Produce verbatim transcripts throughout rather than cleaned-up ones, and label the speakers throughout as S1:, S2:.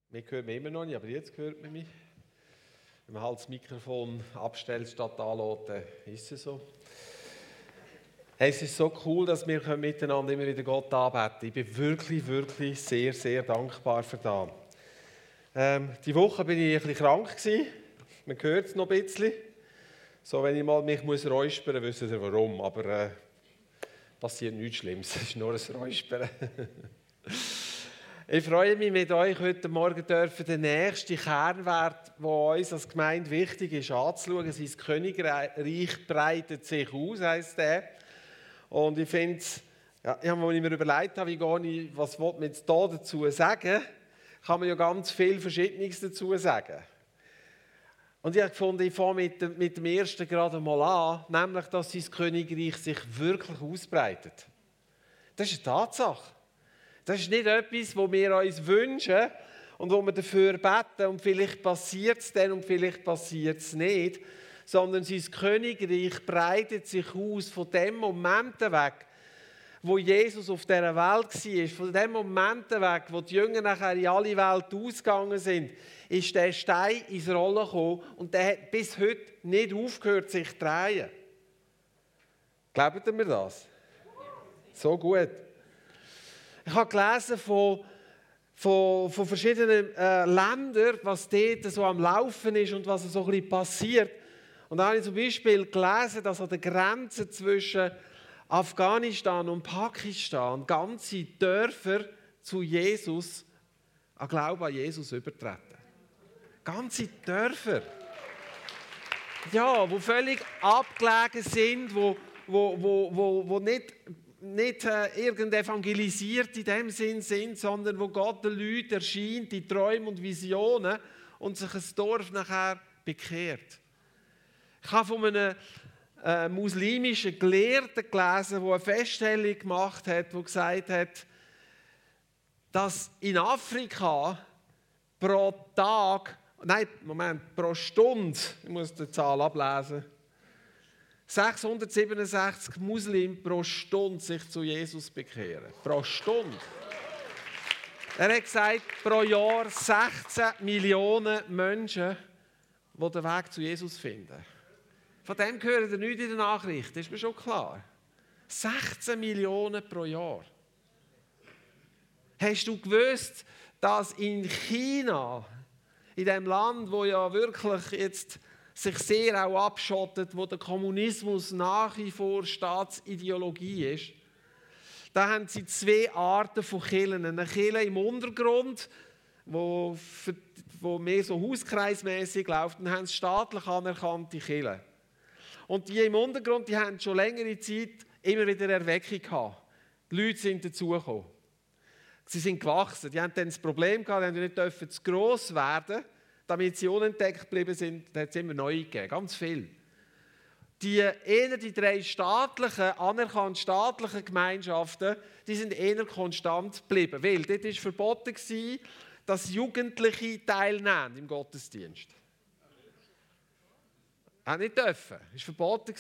S1: Mir hört man immer noch nicht, aber jetzt hört man mich. Wenn man halt das Mikrofon abstellt statt anlässt, dann ist es so. Hey, es ist so cool, dass wir miteinander immer wieder Gott anbeten. Ich bin wirklich, wirklich sehr, sehr dankbar für das. Ähm, die Woche bin ich ein bisschen krank gewesen. Man hört es noch ein bisschen. So, wenn ich mal mich muss räuspern muss, wisst ihr warum. Aber äh, passiert nichts Schlimmes. Es ist nur ein Räuspern. Ich freue mich, mit euch heute Morgen dürfen den nächsten Kernwert, der uns als Gemeinde wichtig ist, anzuschauen. Sein Königreich breitet sich aus, heisst der. Und ich finde, ja, als ich mir überlegt habe, wie gehe ich, was will man jetzt hier dazu sagen, kann man ja ganz viel Verschiedenes dazu sagen. Und ich habe gefunden, ich fange mit dem, mit dem ersten gerade mal an, nämlich, dass sein Königreich sich wirklich ausbreitet. Das ist eine Tatsache. Das ist nicht etwas, was wir uns wünschen und wo wir dafür beten und vielleicht passiert es dann und vielleicht passiert es nicht, sondern sein Königreich breitet sich aus von dem Moment weg, wo Jesus auf dieser Welt war, von dem Moment weg, wo die Jünger nachher in alle Welt ausgegangen sind, ist der Stein ins Rollen gekommen und der hat bis heute nicht aufgehört, sich zu drehen. Glaubt ihr mir das? So gut. Ich habe gelesen von, von, von verschiedenen äh, Ländern, was dort so am Laufen ist und was so ein bisschen passiert. Und da habe ich zum Beispiel gelesen, dass an der Grenze zwischen Afghanistan und Pakistan ganze Dörfer zu Jesus, an Glauben an Jesus übertreten. Ganze Dörfer. Ja, wo völlig abgelegen sind, wo, wo, wo, wo, wo nicht... nicht äh, irgend evangelisiert in dem Sinn sind, sondern wo Gott den Leuten erscheint, die Träume und Visionen und sich ein Dorf nachher bekehrt. Ich habe von einem äh, muslimischen Gelehrten gelesen, der eine Feststellung gemacht hat, der gesagt hat, dass in Afrika pro Tag, nein, Moment, pro Stunde, ich muss die Zahl ablesen, sechshundertsiebenundsechzig Muslime pro Stunde sich zu Jesus bekehren. Pro Stunde. Er hat gesagt, pro Jahr sechzehn Millionen Menschen, die den Weg zu Jesus finden. Von dem hören ihr nichts in den Nachrichten, ist mir schon klar. sechzehn Millionen pro Jahr. Hast du gewusst, dass in China, in dem Land, wo ja wirklich jetzt sich sehr auch abschottet, wo der Kommunismus nach wie vor Staatsideologie ist, da haben sie zwei Arten von Kirchen. Eine Kirche im Untergrund, wo, für, wo mehr so hauskreismässig läuft, dann haben sie staatlich anerkannte Kirchen. Und die im Untergrund, die haben schon längere Zeit immer wieder Erweckung gehabt. Die Leute sind dazugekommen. Sie sind gewachsen. Die haben dann das Problem gehabt, die nicht dürfen zu gross werden, damit sie unentdeckt geblieben sind, da hat es immer neue gegeben, ganz viel. Die, eher die drei staatlichen, anerkannten staatlichen Gemeinschaften, die sind eher konstant geblieben, weil dort war verboten, dass Jugendliche teilnehmen im Gottesdienst. Haben nicht dürfen, das war verboten.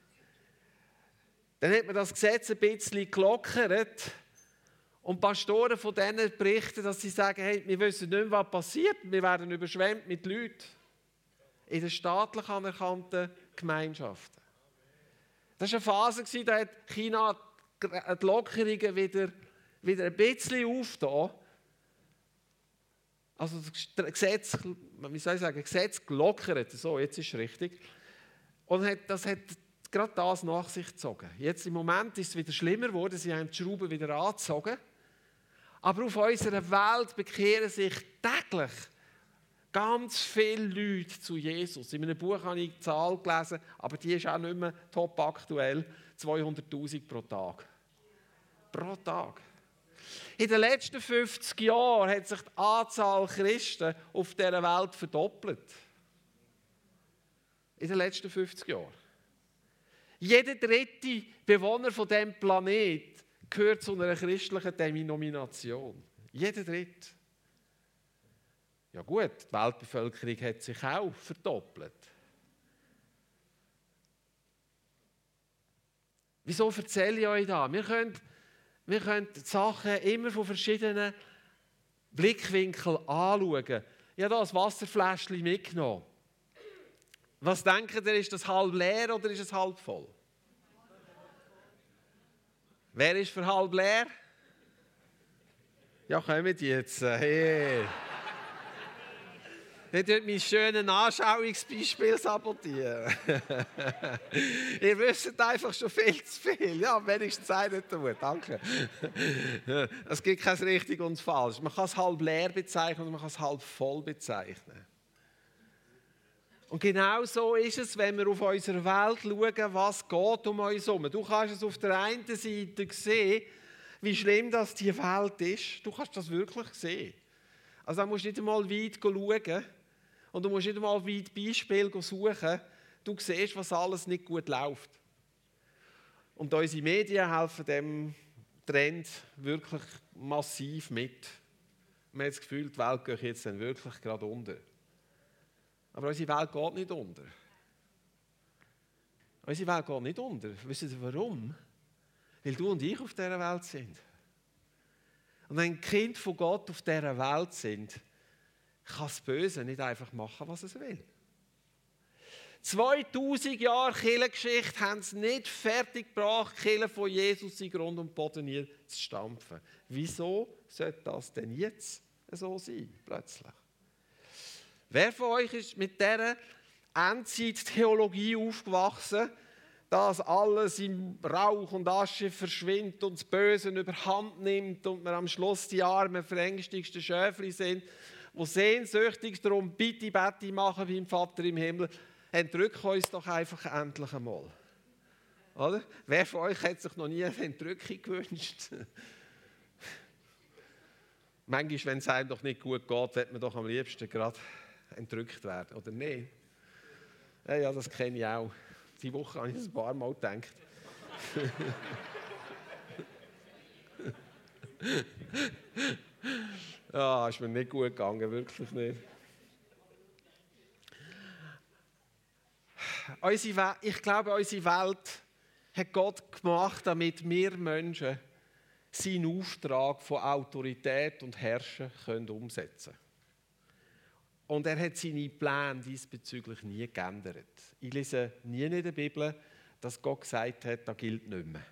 S1: Dann hat man das Gesetz ein bisschen gelockert. Und Pastoren von denen berichten, dass sie sagen, hey, wir wissen nicht mehr, was passiert. Wir werden überschwemmt mit Leuten. In den staatlich anerkannten Gemeinschaften. Das war eine Phase, da hat China die Lockerungen wieder, wieder ein bisschen aufgetan. Also das Gesetz, wie soll ich sagen, Gesetz gelockert. So, jetzt ist es richtig. Und das hat gerade das nach sich gezogen. Jetzt im Moment ist es wieder schlimmer geworden. Sie haben die Schrauben wieder angezogen. Aber auf unserer Welt bekehren sich täglich ganz viele Leute zu Jesus. In einem Buch habe ich die Zahl gelesen, aber die ist auch nicht mehr top aktuell. zweihunderttausend pro Tag. Pro Tag. In den letzten fünfzig Jahren hat sich die Anzahl Christen auf dieser Welt verdoppelt. In den letzten fünfzig Jahren. Jeder dritte Bewohner von diesem Planeten gehört zu einer christlichen Denomination. Jeder Dritte. Ja gut, die Weltbevölkerung hat sich auch verdoppelt. Wieso erzähle ich euch das? Wir können, wir können die Sachen immer von verschiedenen Blickwinkel anschauen. Ich habe hier ein Wasserfläschchen mitgenommen. Was denkt ihr, ist das halb leer oder ist es halb voll? Wer ist für halb leer? Ja, kommt jetzt. Hey. Ich tue mein schönes Anschauungsbeispiel sabotieren. Ihr wisst einfach schon viel zu viel. Ja, wenigstens einen tun. Danke. Es gibt kein richtig und falsch. Man kann es halb leer bezeichnen und man kann es halb voll bezeichnen. Und genau so ist es, wenn wir auf unsere Welt schauen, was geht um uns herum. Du kannst es auf der einen Seite sehen, wie schlimm das die Welt ist. Du kannst das wirklich sehen. Also da musst du nicht einmal weit schauen und du musst nicht einmal weit Beispiele suchen. Du siehst, was alles nicht gut läuft. Und unsere Medien helfen dem Trend wirklich massiv mit. Man hat das Gefühl, die Welt geht jetzt dann wirklich gerade unter. Aber unsere Welt geht nicht unter. Unsere Welt geht nicht unter. Wisst ihr warum? Weil du und ich auf dieser Welt sind. Und wenn Kinder von Gott auf dieser Welt sind, kann das Böse nicht einfach machen, was es will. zweitausend Jahre Kirchengeschichte haben es nicht fertig gebracht, die Kirche von Jesus in Grund und Boden nie zu stampfen. Wieso sollte das denn jetzt so sein, plötzlich? Wer von euch ist mit dieser Endzeit-Theologie aufgewachsen, dass alles im Rauch und Asche verschwindet und das Böse überhand nimmt und wir am Schluss die armen, verängstigsten Schäfchen sind, die sehnsüchtig darum bitte, bitte machen beim Vater im Himmel, entrück uns doch einfach endlich einmal. Oder? Wer von euch hat sich noch nie eine Entrückung gewünscht? Manchmal, wenn es einem doch nicht gut geht, wird man doch am liebsten gerade entrückt werden, oder nicht? Ja, ja, das kenne ich auch. Diese Woche habe ich ein paar Mal gedacht. Ja, ist mir nicht gut gegangen, wirklich nicht. Unsere We- ich glaube, unsere Welt hat Gott gemacht, damit wir Menschen seinen Auftrag von Autorität und Herrschen können umsetzen können. Und er hat seine Pläne diesbezüglich nie geändert. Ich lese nie in der Bibel, dass Gott gesagt hat, das gilt nicht mehr.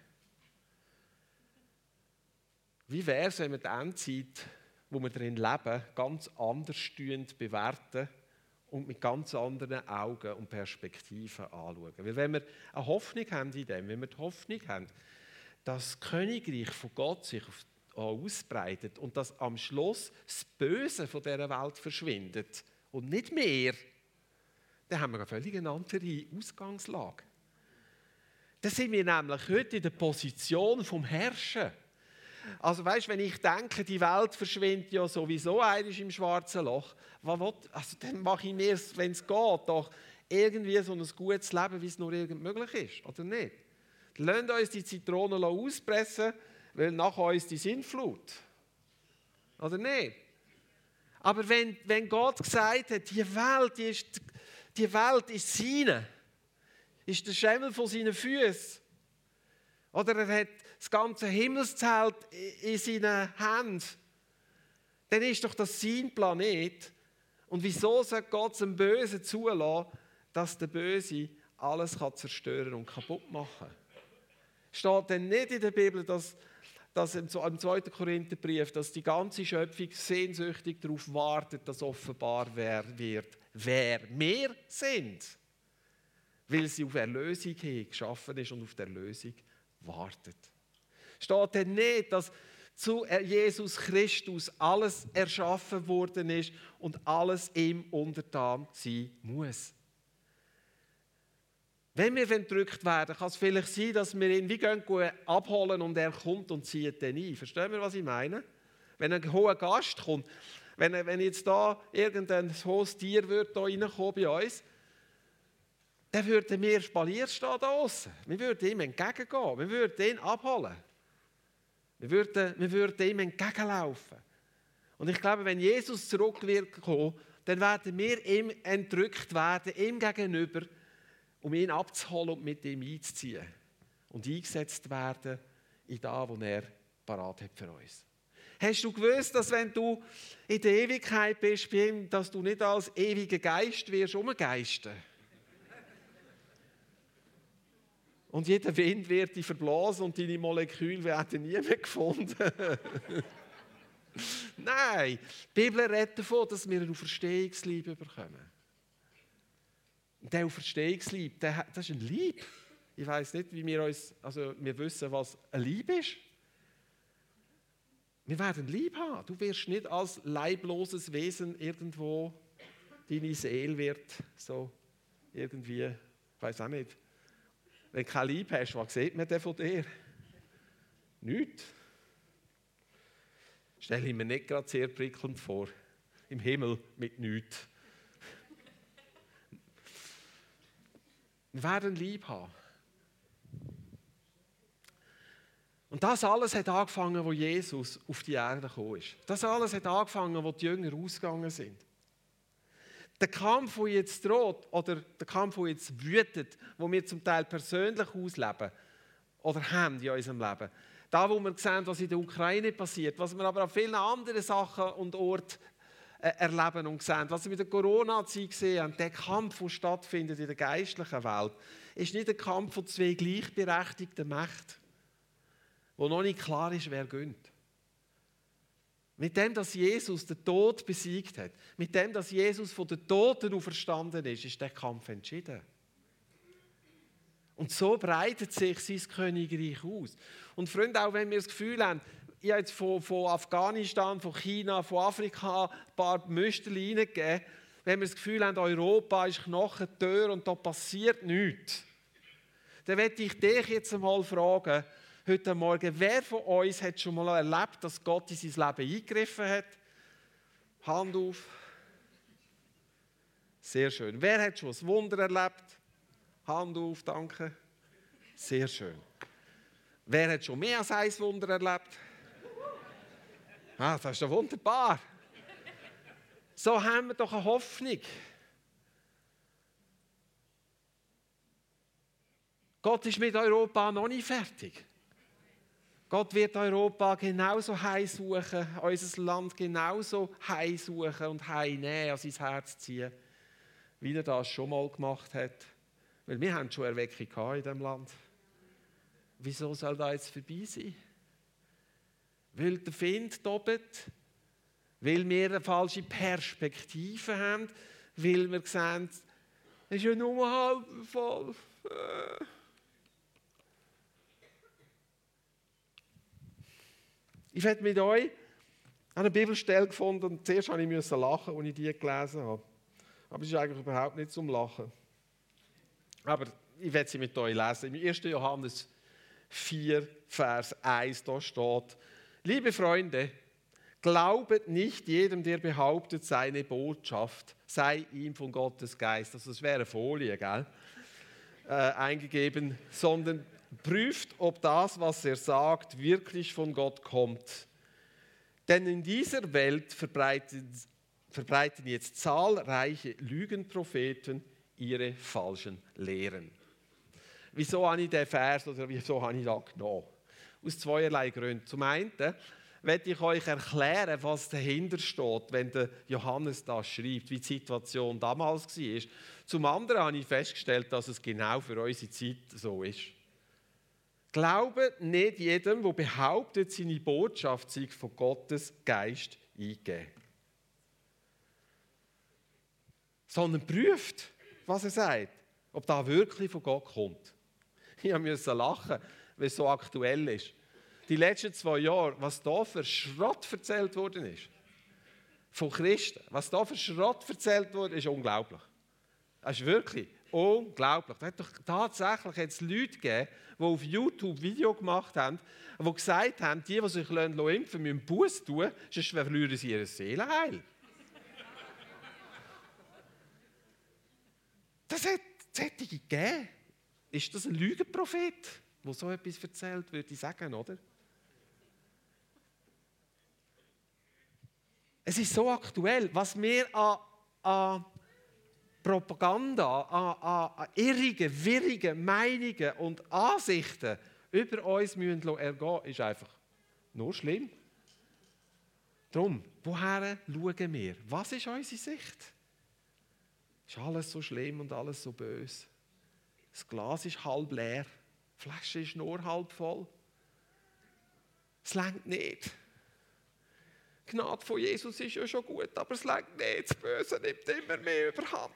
S1: Wie wäre es, wenn wir die Endzeit, wo wir darin leben, ganz anders bewerten und mit ganz anderen Augen und Perspektiven anschauen? Weil wenn wir eine Hoffnung haben in dem, wenn wir die Hoffnung haben, dass das Königreich von Gott sich auf ausbreitet und dass am Schluss das Böse von dieser Welt verschwindet und nicht mehr, dann haben wir eine völlig andere Ausgangslage. Dann sind wir nämlich heute in der Position vom Herrschen. Also weißt, wenn ich denke, die Welt verschwindet ja sowieso einmal im schwarzen Loch, was will, also dann mache ich mir, wenn es geht, doch irgendwie so ein gutes Leben, wie es nur irgend möglich ist, oder nicht? Lasst uns die Zitronen auspressen, weil nach uns die Sintflut. Oder nicht? Aber wenn, wenn Gott gesagt hat, die Welt, die ist, die Welt ist seine, ist der Schemmel von seinen Füßen. Oder er hat das ganze Himmelszelt in seinen Händen. Dann ist doch das sein Planet. Und wieso soll Gott dem Bösen zulassen, dass der Böse alles kann zerstören und kaputt machen kann? Steht denn nicht in der Bibel, dass dass im zweiten Korintherbrief, dass die ganze Schöpfung sehnsüchtig darauf wartet, dass offenbar wird, wer wir sind. Weil sie auf Erlösung hin geschaffen ist und auf die Erlösung wartet. Steht denn nicht, dass zu Jesus Christus alles erschaffen worden ist und alles ihm untertan sein muss. Wenn wir entrückt werden, kann es vielleicht sein, dass wir ihn wie gehen abholen und er kommt und zieht den ein. Verstehen wir, was ich meine? Wenn ein hoher Gast kommt, wenn, wenn jetzt da irgendein hohes Tier würde da reinkommen bei uns, dann würden wir Spalier stehen da aussen. Wir würden ihm entgegengehen, wir würden ihn abholen. Wir würden, wir würden ihm entgegenlaufen. Und ich glaube, wenn Jesus zurück wird kommen, dann werden wir ihm entrückt werden, ihm gegenüber, um ihn abzuholen und mit ihm einzuziehen und eingesetzt werden in das, was er parat hat für uns. Hast du gewusst, dass wenn du in der Ewigkeit bist bei ihm, dass du nicht als ewiger Geist wirst umgeisten? Und jeder Wind wird dich verblasen und deine Moleküle werden nie mehr gefunden. Nein, die Bibel redet davon, dass wir eine Auferstehungsliebe bekommen. Und der Auferstehungsliebe, der, das ist ein Lieb. Ich weiss nicht, wie wir uns, also wir wissen, was ein Lieb ist. Wir werden Lieb haben. Du wirst nicht als leibloses Wesen irgendwo, deine Seele wird so irgendwie, ich weiss auch nicht. Wenn du keine Liebe hast, was sieht man denn von dir? Nichts. Stelle ich mir nicht gerade sehr prickelnd vor. Im Himmel mit nichts. Wir werden Liebe haben. Und das alles hat angefangen, als Jesus auf die Erde gekommen ist. Das alles hat angefangen, als die Jünger ausgegangen sind. Der Kampf, der jetzt droht, oder der Kampf, der jetzt wütet, den wir zum Teil persönlich ausleben oder haben in unserem Leben, da, wo wir sehen, was in der Ukraine passiert, was wir aber an vielen anderen Sachen und Orten äh, erleben und sehen, was wir mit der Corona-Zeit gesehen haben, der Kampf, der stattfindet in der geistlichen Welt, ist nicht ein Kampf von zwei gleichberechtigten Mächten, wo noch nicht klar ist, wer gönnt. Mit dem, dass Jesus den Tod besiegt hat, mit dem, dass Jesus von den Toten auferstanden ist, ist der Kampf entschieden. Und so breitet sich sein Königreich aus. Und Freunde, auch wenn wir das Gefühl haben, ich habe jetzt von, von Afghanistan, von China, von Afrika ein paar Müsterchen reingegeben, wenn wir das Gefühl haben, Europa ist Knochentür und da passiert nichts, dann möchte ich dich jetzt einmal fragen, heute Morgen, wer von uns hat schon mal erlebt, dass Gott in sein Leben eingegriffen hat? Hand auf. Sehr schön. Wer hat schon ein Wunder erlebt? Hand auf, danke. Sehr schön. Wer hat schon mehr als ein Wunder erlebt? Ah, das ist doch wunderbar. So haben wir doch eine Hoffnung. Gott ist mit Europa noch nicht fertig. Gott wird Europa genauso heimsuchen, unser Land genauso heimsuchen und heimnehmen, an sein Herz ziehen, wie er das schon mal gemacht hat. Weil wir haben schon Erweckung gehabt in diesem Land. Wieso soll das jetzt vorbei sein? Weil der Wind tobt, weil wir eine falsche Perspektive haben, weil wir sehen, es ist ja nur halb voll. Ich habe mit euch eine Bibelstelle gefunden und zuerst musste ich lachen, als ich die gelesen habe. Aber es ist eigentlich überhaupt nicht zum Lachen. Aber ich werde sie mit euch lesen. Im ersten Johannes vier, Vers eins, da steht: Liebe Freunde, glaubet nicht jedem, der behauptet, seine Botschaft sei ihm von Gottes Geist, also das wäre eine Folie, gell? Äh, eingegeben, sondern prüft, ob das, was er sagt, wirklich von Gott kommt. Denn in dieser Welt verbreiten, verbreiten jetzt zahlreiche Lügenpropheten ihre falschen Lehren. Wieso habe ich diesen Vers oder wieso habe ich das genommen? Aus zweierlei Gründen. Zum einen werde ich euch erklären, was dahinter steht, wenn der Johannes das schreibt, wie die Situation damals war. Zum anderen habe ich festgestellt, dass es genau für unsere Zeit so ist. Glaubet nicht jedem, der behauptet, seine Botschaft sei von Gottes Geist eingegeben. Sondern prüft, was er sagt, ob das wirklich von Gott kommt. Ich musste lachen, weil es so aktuell ist. Die letzten zwei Jahre, was da für Schrott erzählt worden ist, von Christen, was da für Schrott erzählt wurde, ist unglaublich. Das ist wirklich unglaublich. Es hat doch tatsächlich jetzt Leute gegeben, die auf YouTube Video gemacht haben, die gesagt haben, die, die sich impfen lassen, müssen Buße tun, sonst verlieren sie ihr Seelenheil. Das hat solche gegeben. Ist das ein Lügenprophet, der so etwas erzählt, würde ich sagen, oder? Es ist so aktuell, was wir an, an Propaganda, an, an, an irrigen, wirrigen Meinungen und Ansichten über uns müssen ergehen, ist einfach nur schlimm. Darum, woher schauen wir? Was ist unsere Sicht? Ist alles so schlimm und alles so böse? Das Glas ist halb leer, die Flasche ist nur halb voll. Es reicht nicht. Die Gnade von Jesus ist ja schon gut, aber es reicht nicht. Das Böse nimmt immer mehr überhand.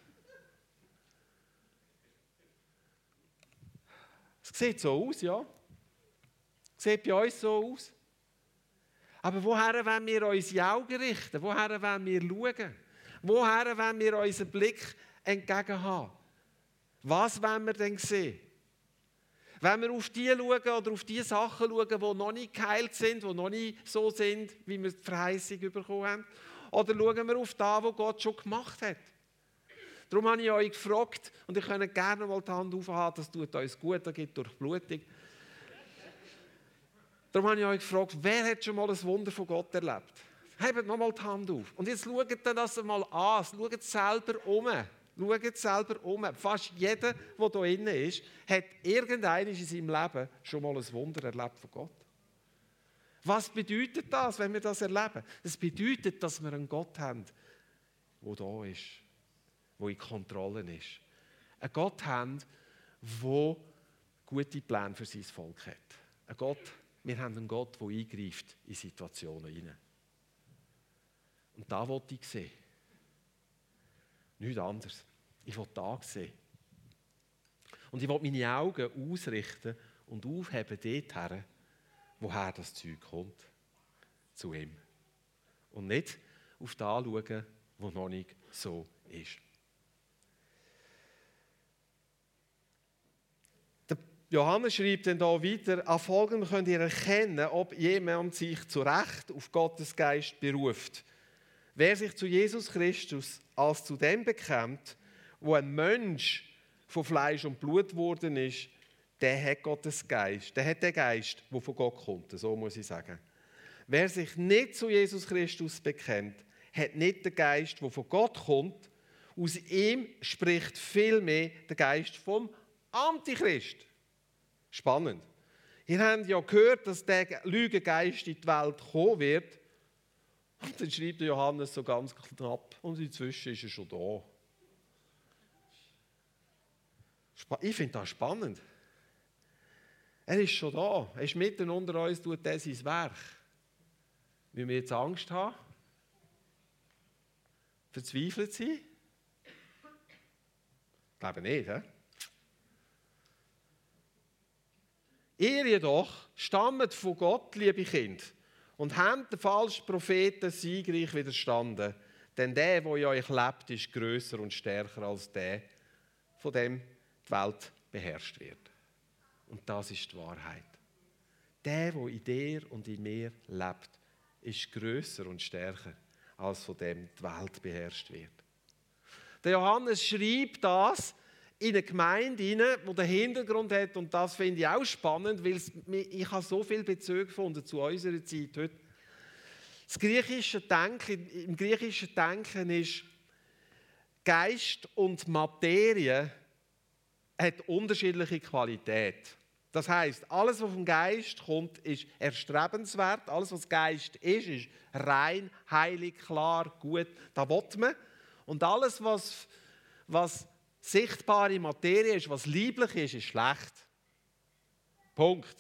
S1: Es sieht so aus, ja. Es sieht bei uns so aus. Aber woher wollen wir unsere Augen richten? Woher wollen wir schauen? Woher wollen wir unseren Blick entgegen haben? Was wollen wir denn sehen? Wenn wir auf die schauen oder auf die Sachen schauen, die noch nicht geheilt sind, die noch nicht so sind, wie wir die Verheißung bekommen haben? Oder schauen wir auf das, was Gott schon gemacht hat? Darum habe ich euch gefragt, und ich könnte gerne mal die Hand aufhalten, das tut uns gut, das gibt Durchblutung. Darum habe ich euch gefragt, wer hat schon mal ein Wunder von Gott erlebt? Hebt noch mal die Hand auf. Und jetzt schaut das mal an, schaut es selber um. Schaut es selber um. Fast jeder, der hier drin ist, hat irgendeines in seinem Leben schon mal ein Wunder erlebt von Gott. Was bedeutet das, wenn wir das erleben? Es bedeutet, dass wir einen Gott haben, der da ist, der in Kontrolle ist. Einen Gott haben, der gute Pläne für sein Volk hat. Ein Gott, wir haben einen Gott, der eingreift in Situationen hinein. Und da wollte ich sehen. Nichts anderes. Ich will da sehen. Und ich will meine Augen ausrichten und aufheben dorthin, woher das Zeug kommt. Zu ihm. Und nicht auf das schauen, was noch nicht so ist. Der Johannes schreibt dann hier weiter, an Folgendem könnt ihr erkennen, ob jemand sich zu Recht auf Gottes Geist beruft. Wer sich zu Jesus Christus als zu dem bekennt, wo ein Mensch von Fleisch und Blut geworden ist, der hat Gottes Geist, der hat den Geist, der von Gott kommt, so muss ich sagen. Wer sich nicht zu Jesus Christus bekennt, hat nicht den Geist, der von Gott kommt. Aus ihm spricht vielmehr der Geist vom Antichrist. Spannend. Ihr habt ja gehört, dass der Lügengeist in die Welt kommen wird. Und dann schreibt Johannes so ganz knapp, und inzwischen ist er schon da. Ich finde das spannend. Er ist schon da. Er ist mitten unter uns, tut er sein Werk. Müssen wir jetzt Angst haben? Verzweifelt sein? Ich glaube nicht, he? Ihr jedoch stammt von Gott, liebe Kinder, und habt den falschen Propheten siegreich widerstanden. Denn der, der in euch lebt, ist grösser und stärker als der, von dem die Welt beherrscht wird. Und das ist die Wahrheit. Der, der in dir und in mir lebt, ist grösser und stärker, als von dem die Welt beherrscht wird. Der Johannes schreibt das in eine Gemeinde hinein, die den Hintergrund hat, und das finde ich auch spannend, weil ich habe so viel Bezug gefunden zu unserer Zeit heute. Das griechische Denken, im griechischen Denken ist Geist und Materie hat unterschiedliche Qualität. Das heisst, alles, was vom Geist kommt, ist erstrebenswert. Alles, was Geist ist, ist rein, heilig, klar, gut. Das will man. Und alles, was, was sichtbare Materie ist, was lieblich ist, ist schlecht. Punkt.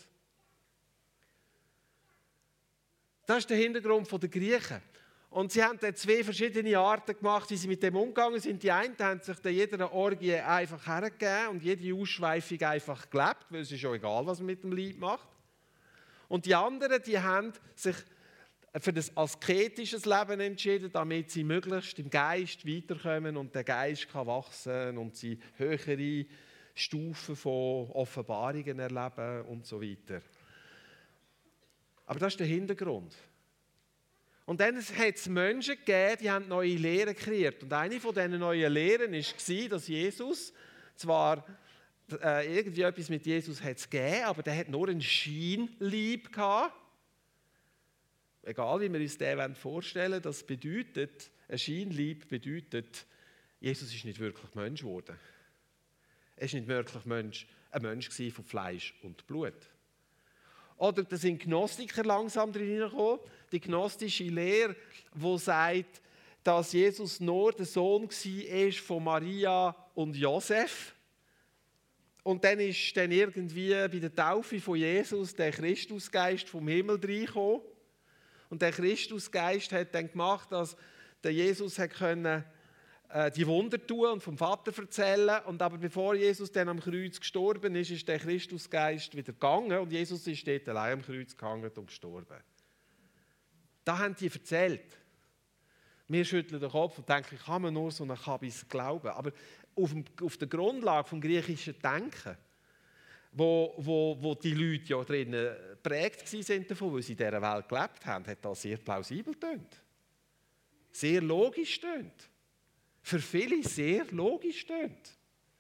S1: Das ist der Hintergrund der Griechen. Und sie haben dann zwei verschiedene Arten gemacht, wie sie mit dem umgegangen sind. Die einen haben sich dann jeder Orgie einfach hergegeben und jede Ausschweifung einfach gelebt, weil es ist ja egal, was man mit dem Leib macht. Und die anderen, die haben sich für das asketisches Leben entschieden, damit sie möglichst im Geist weiterkommen und der Geist kann wachsen und sie höhere Stufen von Offenbarungen erleben und so weiter. Aber das ist der Hintergrund. Und dann hat es Menschen gegeben, die haben neue Lehren kreiert. Und eine von diesen neuen Lehren war, dass Jesus, zwar äh, irgendwie etwas mit Jesus hat es gegeben, aber der hat nur einen Scheinleib gehabt. Egal, wie wir uns den vorstellen wollen, das bedeutet, ein Scheinleib bedeutet, Jesus ist nicht wirklich Mensch geworden. Er war nicht wirklich Mensch, ein Mensch von Fleisch und Blut. Oder da sind Gnostiker langsam drin gekommen. Die gnostische Lehre, die sagt, dass Jesus nur der Sohn war von Maria und Josef. Und dann ist dann irgendwie bei der Taufe von Jesus der Christusgeist vom Himmel reingekommen. Und der Christusgeist hat dann gemacht, dass der Jesus hat können, äh, die Wunder tun und vom Vater erzählen. Und aber bevor Jesus dann am Kreuz gestorben ist, ist der Christusgeist wieder gegangen und Jesus ist dort allein am Kreuz gehangen und gestorben. Das haben die erzählt. Wir schütteln den Kopf und denken, kann man nur so einen Kabis glauben. Aber auf, dem, auf der Grundlage des griechischen Denken, wo, wo, wo die Leute ja drinnen geprägt waren davon, weil sie in dieser Welt gelebt haben, hat das sehr plausibel getönt. Sehr logisch tönt. Für viele sehr logisch tönt.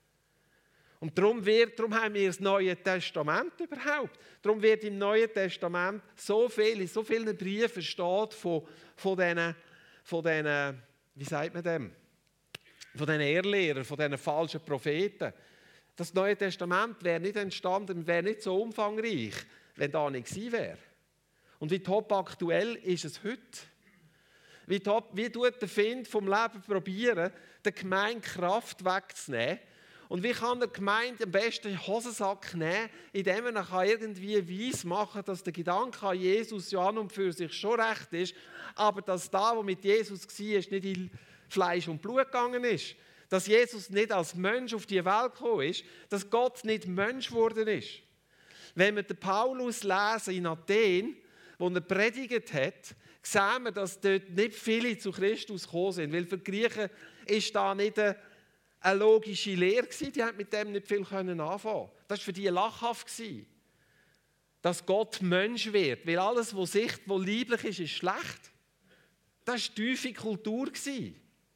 S1: Und darum, wird, darum haben wir das Neue Testament überhaupt. Darum wird im Neuen Testament so viel, in so vielen Briefen steht von, von diesen, von diesen, wie sagt man dem? Von diesen Irrlehrern, von diesen falschen Propheten. Das Neue Testament wäre nicht entstanden, wäre nicht so umfangreich, wenn da nicht gewesen wäre. Und wie top aktuell ist es heute? Wie, top, wie tut der Find vom Leben probieren, der Gemeinde Kraft wegzunehmen? Und wie kann der Gemeinde am besten den Hosensack nehmen, indem er irgendwie weiss machen kann, dass der Gedanke an Jesus ja an und für sich schon recht ist, aber dass da, wo mit Jesus war, nicht in Fleisch und Blut gegangen ist. Dass Jesus nicht als Mensch auf die Welt gekommen ist, dass Gott nicht Mensch geworden ist. Wenn wir den Paulus lesen in Athen, wo er predigt hat, sehen wir, dass dort nicht viele zu Christus gekommen sind. Weil für die Griechen ist da nicht eine, eine logische Lehre gewesen. Die haben mit dem nicht viel anfangen können. Das war für die lachhaft gewesen, dass Gott Mensch wird. Weil alles, was Sicht, was lieblich ist, ist schlecht. Das war die tiefe Kultur gewesen.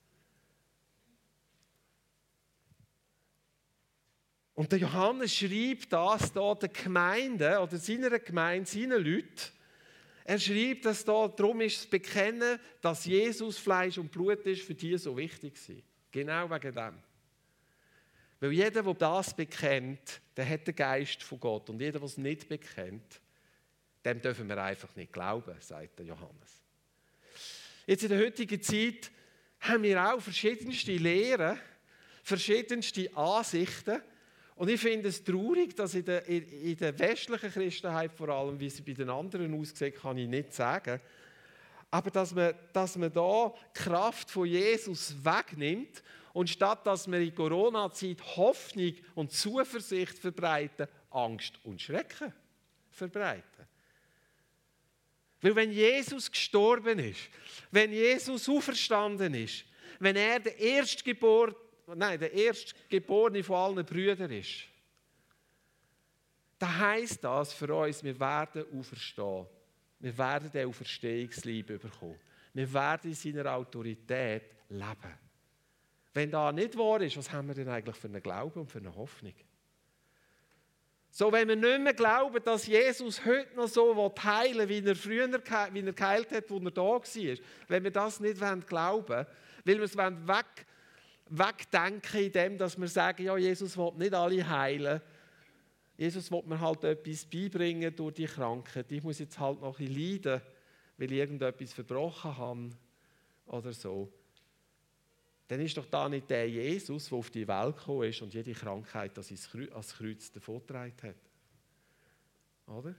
S1: Und der Johannes schreibt das hier der Gemeinde oder seiner Gemeinde, seinen Leuten. Er schreibt, dass da darum ist, zu bekennen, dass Jesus Fleisch und Blut ist, für die so wichtig war. Genau wegen dem. Weil jeder, der das bekennt, der hat den Geist von Gott. Und jeder, der es nicht bekennt, dem dürfen wir einfach nicht glauben, sagt der Johannes. Jetzt in der heutigen Zeit haben wir auch verschiedenste Lehren, verschiedenste Ansichten. Und ich finde es traurig, dass in der, in, in der westlichen Christenheit vor allem, wie sie bei den anderen aussieht, kann ich nicht sagen, aber dass man, dass man da die Kraft von Jesus wegnimmt und statt dass wir in Corona-Zeit Hoffnung und Zuversicht verbreiten, Angst und Schrecken verbreiten. Weil wenn Jesus gestorben ist, wenn Jesus auferstanden ist, wenn er der Erstgeborene Nein, der Erstgeborene von allen Brüdern ist, dann heisst das für uns, wir werden auferstehen. Wir werden den Auferstehungsliebe bekommen. Wir werden in seiner Autorität leben. Wenn das nicht wahr ist, was haben wir denn eigentlich für einen Glauben und für eine Hoffnung? So, wenn wir nicht mehr glauben, dass Jesus heute noch so heilen will, wie er früher wie er geheilt hat, als er da war, wenn wir das nicht glauben wollen, weil wir es weg wegdenken in dem, dass wir sagen, ja, Jesus will nicht alle heilen. Jesus will mir halt etwas beibringen durch die Krankheit. Ich muss jetzt halt noch ein bisschen leiden, weil ich irgendetwas verbrochen habe oder so. Dann ist doch da nicht der Jesus, der auf die Welt gekommen ist und jede Krankheit als Kreuz davongetragen hat. Oder?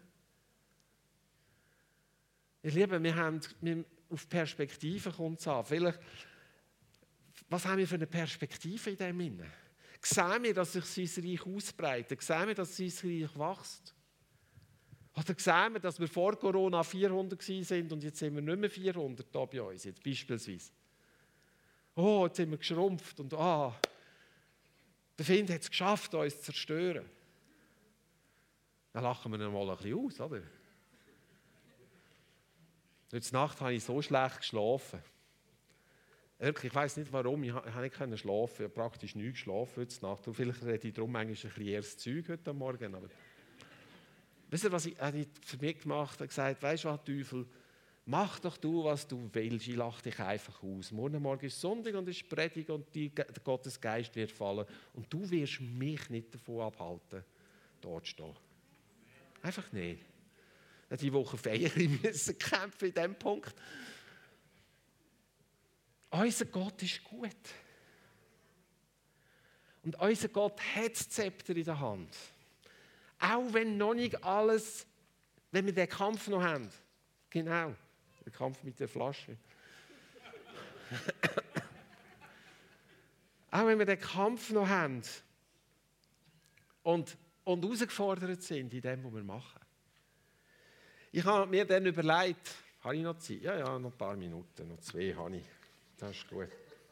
S1: Ich liebe, wir haben wir, auf Perspektive kommt es an. Vielleicht Was haben wir für eine Perspektive in dem Sinne? Sehen wir, dass sich sein Reich ausbreitet? Sehen wir, dass sein Reich wächst? Oder sehen wir, dass wir vor Corona vierhundert sind und jetzt sind wir nicht mehr vierhundert hier bei uns, jetzt beispielsweise? Oh, jetzt sind wir geschrumpft und ah, der Find hat es geschafft, uns zu zerstören. Dann lachen wir mal ein bisschen aus, oder? Heute Nacht habe ich so schlecht geschlafen. Wirklich, ich weiss nicht warum, ich konnte nicht schlafen, ich habe praktisch nicht geschlafen heute Nacht. Und vielleicht rede ich darum manchmal ein bisschen erst Zeug heute Morgen. Aber wisst ihr, was ich, ich für mich gemacht habe? Ich habe gesagt, weisst du was, Teufel, mach doch du, was du willst, ich lache dich einfach aus. Morgen Morgen ist Sonntag und ist Predigt und die, der Gottes Geist wird fallen. Und du wirst mich nicht davon abhalten, dort zu stehen. Einfach nicht. Die Woche Ferien müssen kämpfen in diesem Punkt. Unser Gott ist gut. Und unser Gott hat das Zepter in der Hand. Auch wenn noch nicht alles, wenn wir den Kampf noch haben. Genau, der Kampf mit der Flasche. Auch wenn wir den Kampf noch haben und, und herausgefordert sind in dem, was wir machen. Ich habe mir dann überlegt, habe ich noch Zeit? Ja, ja, noch ein paar Minuten, noch zwei habe ich. Das ist gut.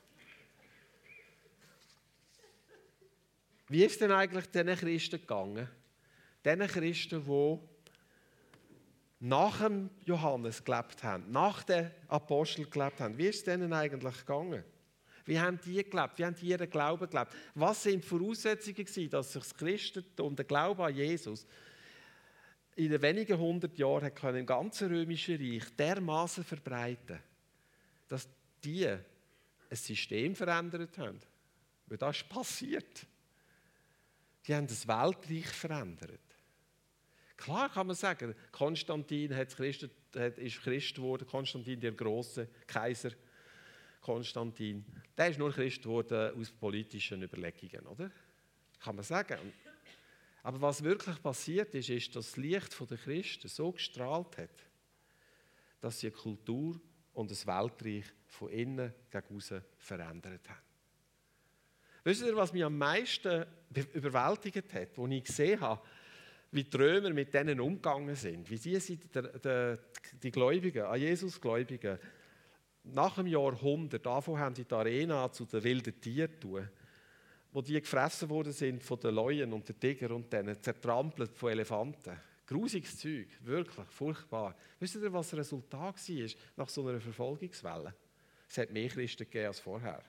S1: Wie ist es denn eigentlich diesen Christen gegangen? Diesen Christen, die nach dem Johannes gelebt haben, nach den Aposteln gelebt haben. Wie ist es denen eigentlich gegangen? Wie haben die gelebt? Wie haben die ihren Glauben gelebt? Was sind die Voraussetzungen gewesen, dass sich das Christentum und der Glaube an Jesus in den wenigen hundert Jahren hat können, im ganzen Römischen Reich dermaßen verbreiten, dass die ein System verändert haben? Weil das ist passiert. Die haben das Weltreich verändert. Klar kann man sagen, Konstantin hat Christ, hat, ist Christ geworden, Konstantin der große Kaiser Konstantin, der ist nur Christ geworden aus politischen Überlegungen, oder? Kann man sagen. Aber was wirklich passiert ist, ist, dass das Licht der Christen so gestrahlt hat, dass sie eine Kultur und das Weltreich von innen gegen außen verändert haben. Wisst ihr, was mich am meisten überwältigt hat, als ich gesehen habe, wie die Römer mit denen umgegangen sind, wie die, die, die, die Gläubigen, an Jesus Gläubigen, nach dem Jahrhundert angefangen haben, in die Arena zu den wilden Tieren zu tun, wo die gefressen worden sind von den Leuen und den Tigern und denen, zertrampelt von Elefanten. Grusiges Zeug, wirklich furchtbar. Wisst ihr, was das Resultat war nach so einer Verfolgungswelle? Es hat mehr Christen gegeben als vorher.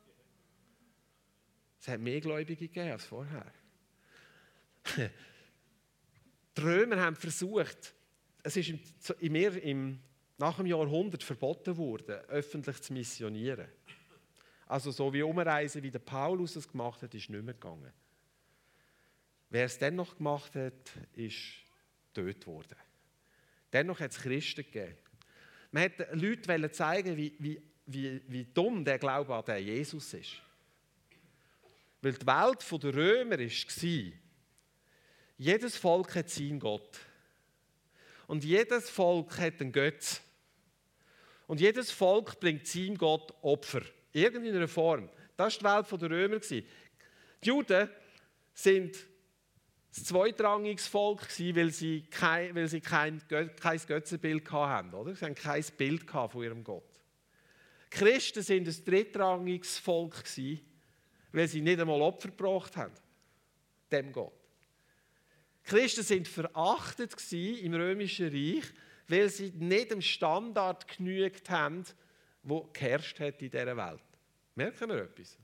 S1: Es hat mehr Gläubige gegeben als vorher. Die Römer haben versucht, es ist im, im, im, nach dem Jahrhundert verboten worden, öffentlich zu missionieren. Also so wie Umreisen, wie der Paulus es gemacht hat, ist nicht mehr gegangen. Wer es dann noch gemacht hat, ist getötet worden. Dennoch hat es Christen gegeben. Man hat Leute zeigen, wie, wie, wie, wie dumm der Glaube an den Jesus ist. Weil die Welt der Römer war, jedes Volk hat seinen Gott. Und jedes Volk hat einen Götz. Und jedes Volk bringt seinem Gott Opfer. Irgendeiner Form. Das war die Welt der Römer. Die Juden waren ein zweitrangiges Volk, weil sie kein, weil sie kein, kein Götzenbild hatten. Oder? Sie hatten kein Bild von ihrem Gott. Die Christen waren ein drittrangiges Volk, weil sie nicht einmal Opfer gebracht haben. Dem Gott. Die Christen waren verachtet im Römischen Reich, weil sie nicht dem Standard genügt haben, der geherrscht hat in dieser Welt. Merken wir etwas?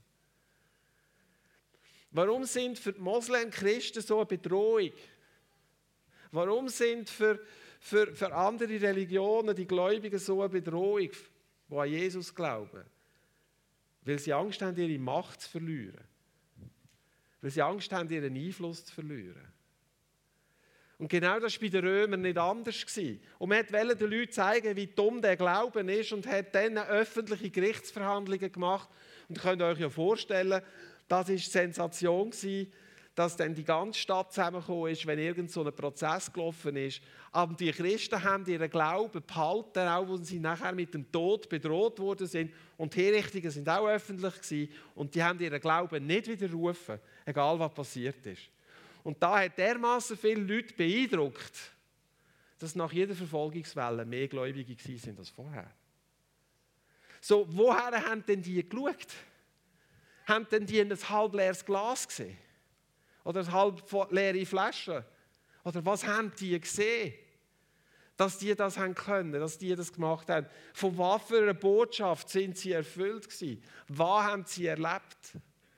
S1: Warum sind für die Moslem Christen so eine Bedrohung? Warum sind für, für, für andere Religionen die Gläubigen so eine Bedrohung, die an Jesus glauben? Weil sie Angst haben, ihre Macht zu verlieren. Weil sie Angst haben, ihren Einfluss zu verlieren. Und genau das war bei den Römern nicht anders. Und man wollte den Leuten zeigen, wie dumm der Glauben ist und hat dann öffentliche Gerichtsverhandlungen gemacht. Und ihr könnt euch ja vorstellen, das war die Sensation, dass dann die ganze Stadt zusammengekommen ist, wenn irgend so ein Prozess gelaufen ist. Aber die Christen haben ihren Glauben behalten, auch wenn sie nachher mit dem Tod bedroht worden sind. Und die Hinrichtungen sind auch öffentlich gewesen. Und die haben ihren Glauben nicht widerrufen, egal was passiert ist. Und da hat dermaßen viele Leute beeindruckt, dass nach jeder Verfolgungswelle mehr Gläubige waren als vorher. So, woher haben denn die geschaut? Haben denn die ein halb leeres Glas gesehen? Oder eine halb leere Flasche? Oder was haben die gesehen? Dass die das haben können, dass die das gemacht haben. Von was für einer Botschaft sind sie erfüllt gewesen? Was haben sie erlebt?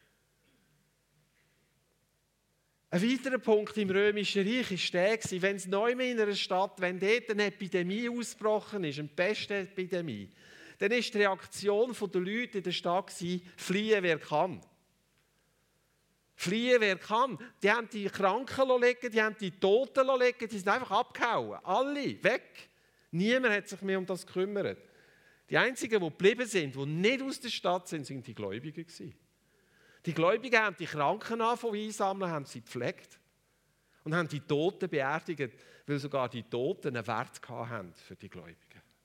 S1: Ein weiterer Punkt im Römischen Reich war der, wenn es neu in einer Stadt, wenn dort eine Epidemie ausgebrochen ist, eine Pestepidemie, dann war die Reaktion der Leute in der Stadt, fliehen wer kann. Fliehen, wer kann. Die haben die Kranken liegen, die haben die Toten liegen, die sind einfach abgehauen. Alle, weg. Niemand hat sich mehr um das gekümmert. Die Einzigen, die geblieben sind, die nicht aus der Stadt sind, sind die Gläubigen gewesen. Die Gläubigen haben die Kranken angefangen einsammeln, haben sie gepflegt und haben die Toten beerdigt, weil sogar die Toten einen Wert hatten für die Gläubigen.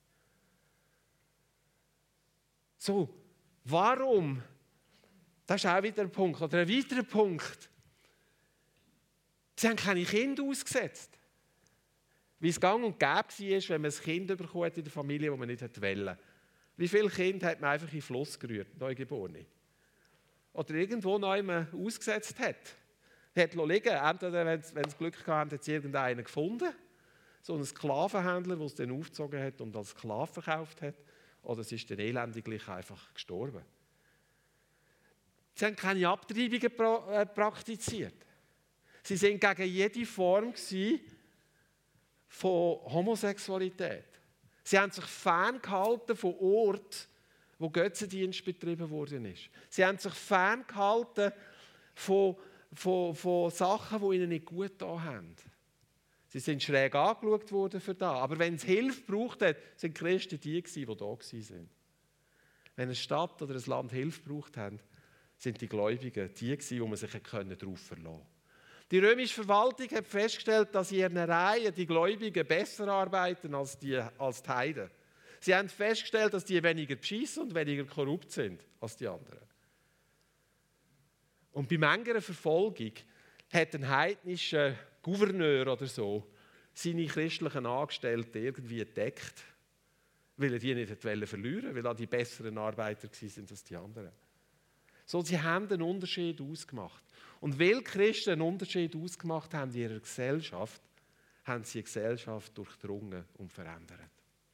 S1: So, warum? Das ist auch wieder ein Punkt. Oder ein weiterer Punkt. Sie haben keine Kinder ausgesetzt. Wie es gang und gäbe war, wenn man ein Kind bekommt in der Familie, das man nicht wollte. Wie viele Kinder hat man einfach in den Fluss gerührt, Neugeborene? Oder irgendwo neu ausgesetzt hat. Hat liegen. Entweder, wenn es Glück gehabt hat, hat es irgendeinen gefunden. So einen Sklavenhändler, der es dann aufgezogen hat und als Sklave verkauft hat. Oder es ist dann elendiglich einfach gestorben. Sie haben keine Abtreibungen pra- äh, praktiziert. Sie waren gegen jede Form von Homosexualität. Sie haben sich ferngehalten von Orten, wo Götzendienst betrieben worden ist. Sie haben sich ferngehalten von, von, von Sachen, die ihnen nicht gut getan haben. Sie sind schräg angeschaut worden für das. Aber wenn es Hilfe gebraucht hat, sind die Christen die, die da waren. Wenn eine Stadt oder ein Land Hilfe gebraucht hat, sind die Gläubigen die, die man sich darauf verlassen konnte. Die römische Verwaltung hat festgestellt, dass in ihren Reihen die Gläubigen besser arbeiten als die, als die Heiden. Sie haben festgestellt, dass die weniger beschissen und weniger korrupt sind als die anderen. Und bei mancher Verfolgung hat ein heidnischer Gouverneur oder so seine christlichen Angestellten irgendwie entdeckt, weil er die nicht verlieren wollte, weil er die besseren Arbeiter waren als die anderen. So, sie haben einen Unterschied ausgemacht. Und weil die Christen einen Unterschied ausgemacht haben in ihrer Gesellschaft, haben sie die Gesellschaft durchdrungen und verändert.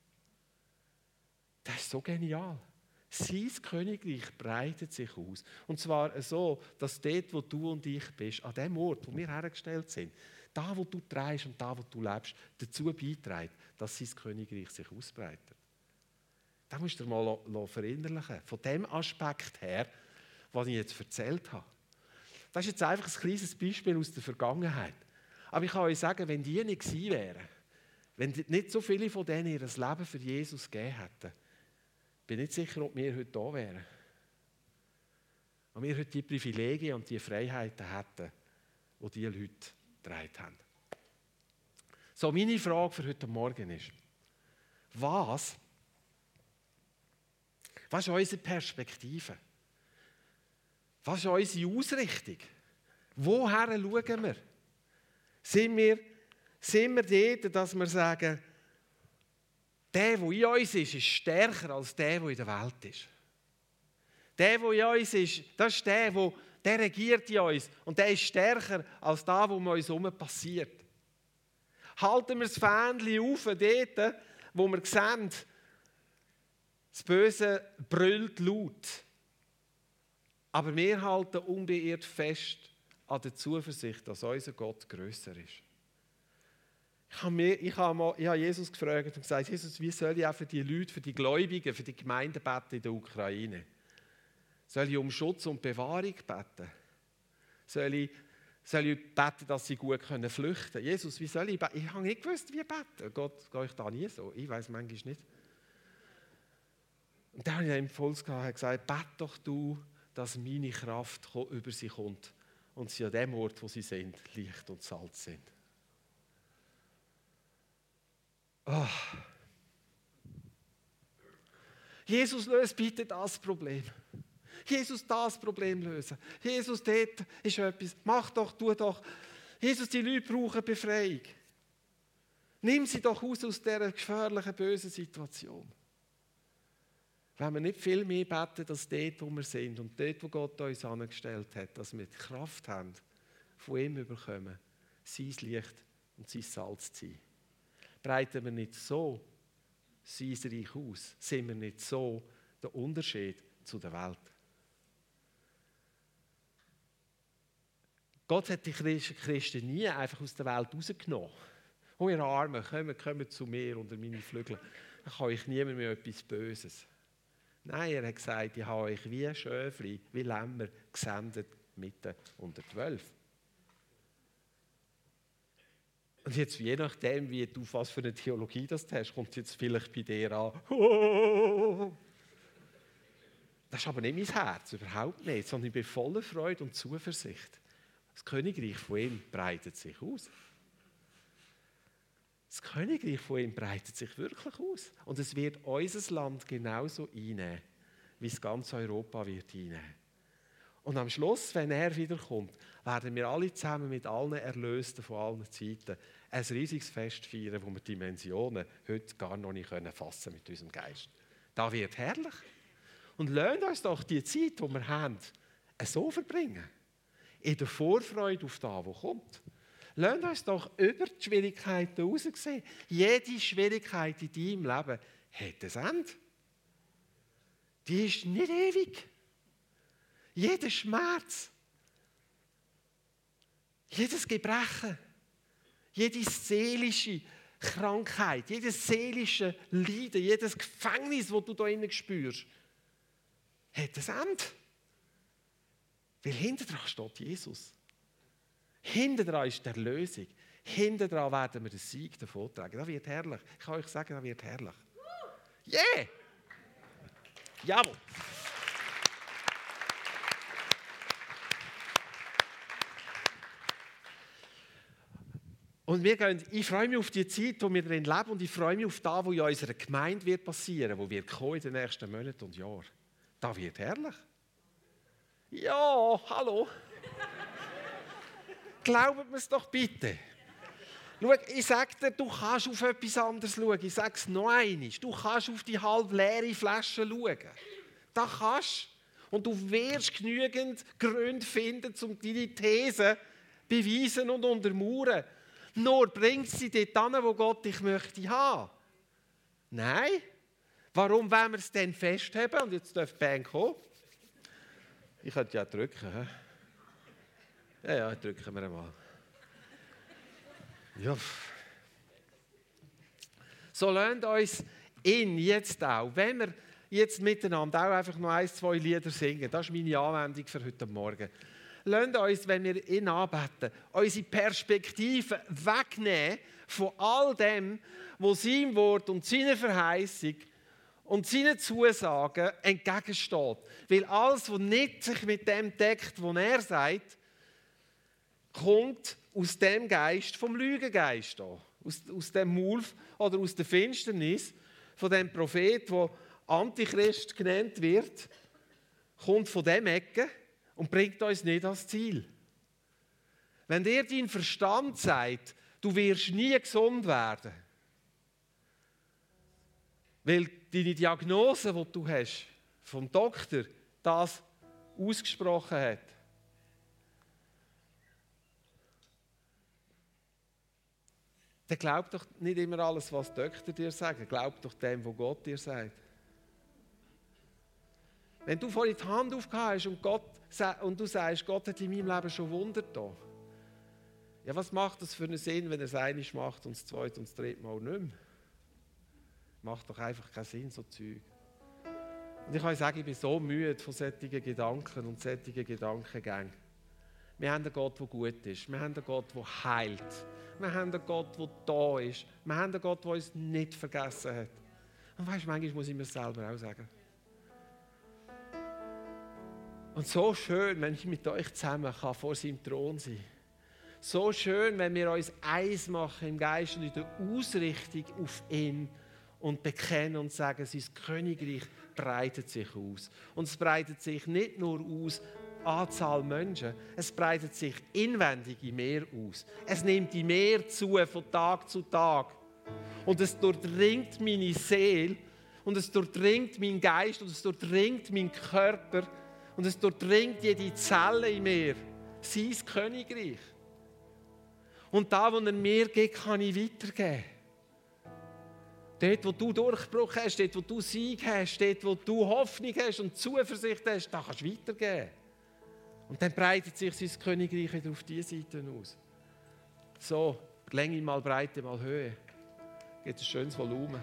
S1: Das ist so genial. Sein Königreich breitet sich aus. Und zwar so, dass dort, wo du und ich bist, an dem Ort, wo wir hergestellt sind, da, wo du trägst und da, wo du lebst, dazu beiträgt, dass sein Königreich sich ausbreitet. Das musst du dir mal verinnerlichen. Von dem Aspekt her, was ich jetzt erzählt habe. Das ist jetzt einfach ein kleines Beispiel aus der Vergangenheit. Aber ich kann euch sagen, wenn die nicht gewesen wären, wenn nicht so viele von denen ihr Leben für Jesus gegeben hätten, bin ich nicht sicher, ob wir heute da wären. Und wir heute die Privilegien und die Freiheiten hätten, die diese Leute getragen haben. So, meine Frage für heute Morgen ist, was, was ist unsere Perspektive? Was ist unsere Ausrichtung? Woher schauen wir? Sind wir, sind wir dort, dass wir sagen, der, der in uns ist, ist stärker als der, der in der Welt ist. Der, der in uns ist, das ist der, der, der regiert in uns. Und der ist stärker als das, was um uns herum passiert. Halten wir das Fähnchen auf, dort, wo wir sehen, das Böse brüllt laut. Aber wir halten unbeirrt fest an der Zuversicht, dass unser Gott grösser ist. Ich habe, mir, ich, habe mal, ich habe Jesus gefragt und gesagt, Jesus, wie soll ich auch für die Leute, für die Gläubigen, für die Gemeinden beten in der Ukraine? Soll ich um Schutz und Bewahrung beten? Soll ich, soll ich beten, dass sie gut können flüchten können? Jesus, wie soll ich beten? Ich habe nicht gewusst, wie beten. Gott, gehe ich da nie so? Ich weiß manchmal nicht. Und dann habe ich einen Impuls gehabt und gesagt, bete doch du, dass meine Kraft über sie kommt und sie an dem Ort, wo sie sind, Licht und Salz sind. Oh. Jesus, löse bitte das Problem. Jesus, das Problem lösen. Jesus, dort ist etwas. Mach doch, tu doch. Jesus, die Leute brauchen Befreiung. Nimm sie doch raus aus dieser gefährlichen, bösen Situation. Wenn wir nicht viel mehr beten, als dort, wo wir sind und dort, wo Gott uns angestellt hat, dass wir die Kraft haben, von ihm überkommen, sein Licht und sein Salz zu sein. Breiten wir nicht so sein Reich aus, sind wir nicht so der Unterschied zu der Welt. Gott hat die Christen nie einfach aus der Welt rausgenommen. Oh, ihr Armen, kommt, kommt zu mir unter meine Flügel. Dann kann euch niemand mehr etwas Böses. Nein, er hat gesagt, ich habe euch wie Schöfli, wie Lämmer gesendet mitten unter zwölf. Und jetzt, je nachdem, wie du, was für eine Theologie das hast, kommt es jetzt vielleicht bei dir an. Das ist aber nicht mein Herz, überhaupt nicht, sondern ich bin voller Freude und Zuversicht. Das Königreich von ihm breitet sich aus. Das Königreich von ihm breitet sich wirklich aus. Und es wird unser Land genauso einnehmen, wie es ganz Europa wird einnehmen. Und am Schluss, wenn er wiederkommt, werden wir alle zusammen mit allen Erlösten von allen Zeiten ein riesiges Fest feiern, wo wir Dimensionen heute gar noch nicht fassen können mit unserem Geist. Das wird herrlich. Und lasst uns doch die Zeit, die wir haben, so verbringen. In der Vorfreude auf das, was kommt. Lasst uns doch über die Schwierigkeiten raussehen. Jede Schwierigkeit in deinem Leben hat ein Ende. Die ist nicht ewig. Jeder Schmerz, jedes Gebrechen, jede seelische Krankheit, jedes seelische Leiden, jedes Gefängnis, das du da innen spürst, hat ein Ende. Weil hinter dran steht Jesus. Hinter dran ist die Erlösung. Hinter dran werden wir den Sieg davontragen. Das wird herrlich. Ich kann euch sagen, das wird herrlich. Yeah! Jawohl! Und wir gehen, ich freue mich auf die Zeit, wo wir drin leben, und ich freue mich auf das, was in unserer Gemeinde wird passieren, wo wird kommen in den nächsten Monaten und Jahren. Das wird herrlich. Ja, hallo. Glaubt mir es doch bitte. Schau, ich sage dir, du kannst auf etwas anderes schauen. Ich sage es noch einmal. Du kannst auf die halb leere Flasche schauen. Das kannst du. Und du wirst genügend Gründe finden, um deine These beweisen und untermauern. Nur bringt sie dort hin, wo Gott dich möchte haben. Nein. Warum wollen wir es denn festhalten? Und jetzt darf die Band kommen. Ich könnte ja drücken. He? Ja, ja, drücken wir einmal. Ja. So lasst uns ihn jetzt auch, wenn wir jetzt miteinander auch einfach noch ein, zwei Lieder singen, das ist meine Anwendung für heute Morgen. Lasst uns, wenn wir ihn anbeten, unsere Perspektive wegnehmen von all dem, was seinem Wort und seiner Verheißung und seinen Zusagen entgegensteht. Weil alles, was nicht sich mit dem deckt, was er sagt, kommt aus dem Geist vom Lügengeist an. Aus, aus dem Maul oder aus der Finsternis von dem Prophet, der Antichrist genannt wird, kommt von dem Ecke und bringt uns nicht ans Ziel. Wenn dir dein Verstand sagt, du wirst nie gesund werden, weil deine Diagnose, die du hast, vom Doktor, das ausgesprochen hat, dann glaub doch nicht immer alles, was die Doktor dir sagen. Glaub doch dem, was Gott dir sagt. Wenn du vorhin die Hand aufgehauen hast und, Gott, und du sagst, Gott hat in meinem Leben schon Wunder getan. Ja, was macht das für einen Sinn, wenn er es einmal macht und das zweite und das dritte Mal nicht mehr? Macht doch einfach keinen Sinn, so Zeug. Und ich kann sagen, ich bin so müde von solchen Gedanken und solchen Gedankengängen. Wir haben einen Gott, der gut ist. Wir haben einen Gott, der heilt. Wir haben einen Gott, der da ist. Wir haben einen Gott, der uns nicht vergessen hat. Und weißt du, manchmal muss ich mir selber auch sagen. Und so schön, wenn ich mit euch zusammen kann, vor seinem Thron sein kann. So schön, wenn wir uns eins machen im Geist und in der Ausrichtung auf ihn und bekennen und sagen, sein Königreich breitet sich aus. Und es breitet sich nicht nur aus, Anzahl Menschen, es breitet sich inwendig im Meer aus. Es nimmt im Meer zu, von Tag zu Tag. Und es durchdringt meine Seele, und es durchdringt meinen Geist, und es durchdringt meinen Körper, und es durchdringt jede Zelle in mir. Sein Königreich. Und da, was er mir gibt, kann ich weitergeben. Dort, wo du Durchbruch hast, dort, wo du Sieg hast, dort, wo du Hoffnung hast und Zuversicht hast, da kannst du weitergeben. Und dann breitet sich sein Königreich wieder auf diese Seite aus. So, Länge mal Breite mal Höhe. Gibt ein schönes Volumen.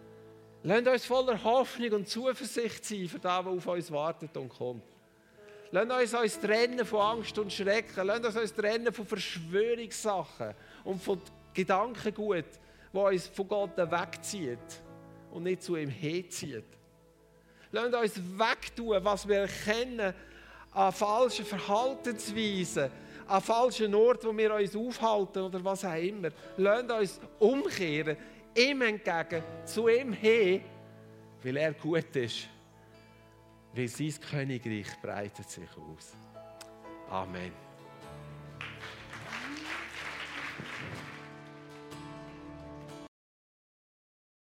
S1: Lasst uns voller Hoffnung und Zuversicht sein für das, was auf uns wartet und kommt. Lasst uns uns trennen von Angst und Schrecken. Lasst uns uns trennen von Verschwörungssachen und von Gedankengut, die uns von Gott wegzieht und nicht zu ihm hinzieht. Lasst uns wegtun, was wir erkennen an falschen Verhaltensweisen, an falschen Orten, wo wir uns aufhalten oder was auch immer. Lasst uns umkehren, ihm entgegen, zu ihm hin, weil er gut ist. Weil sein Königreich breitet sich aus. Amen.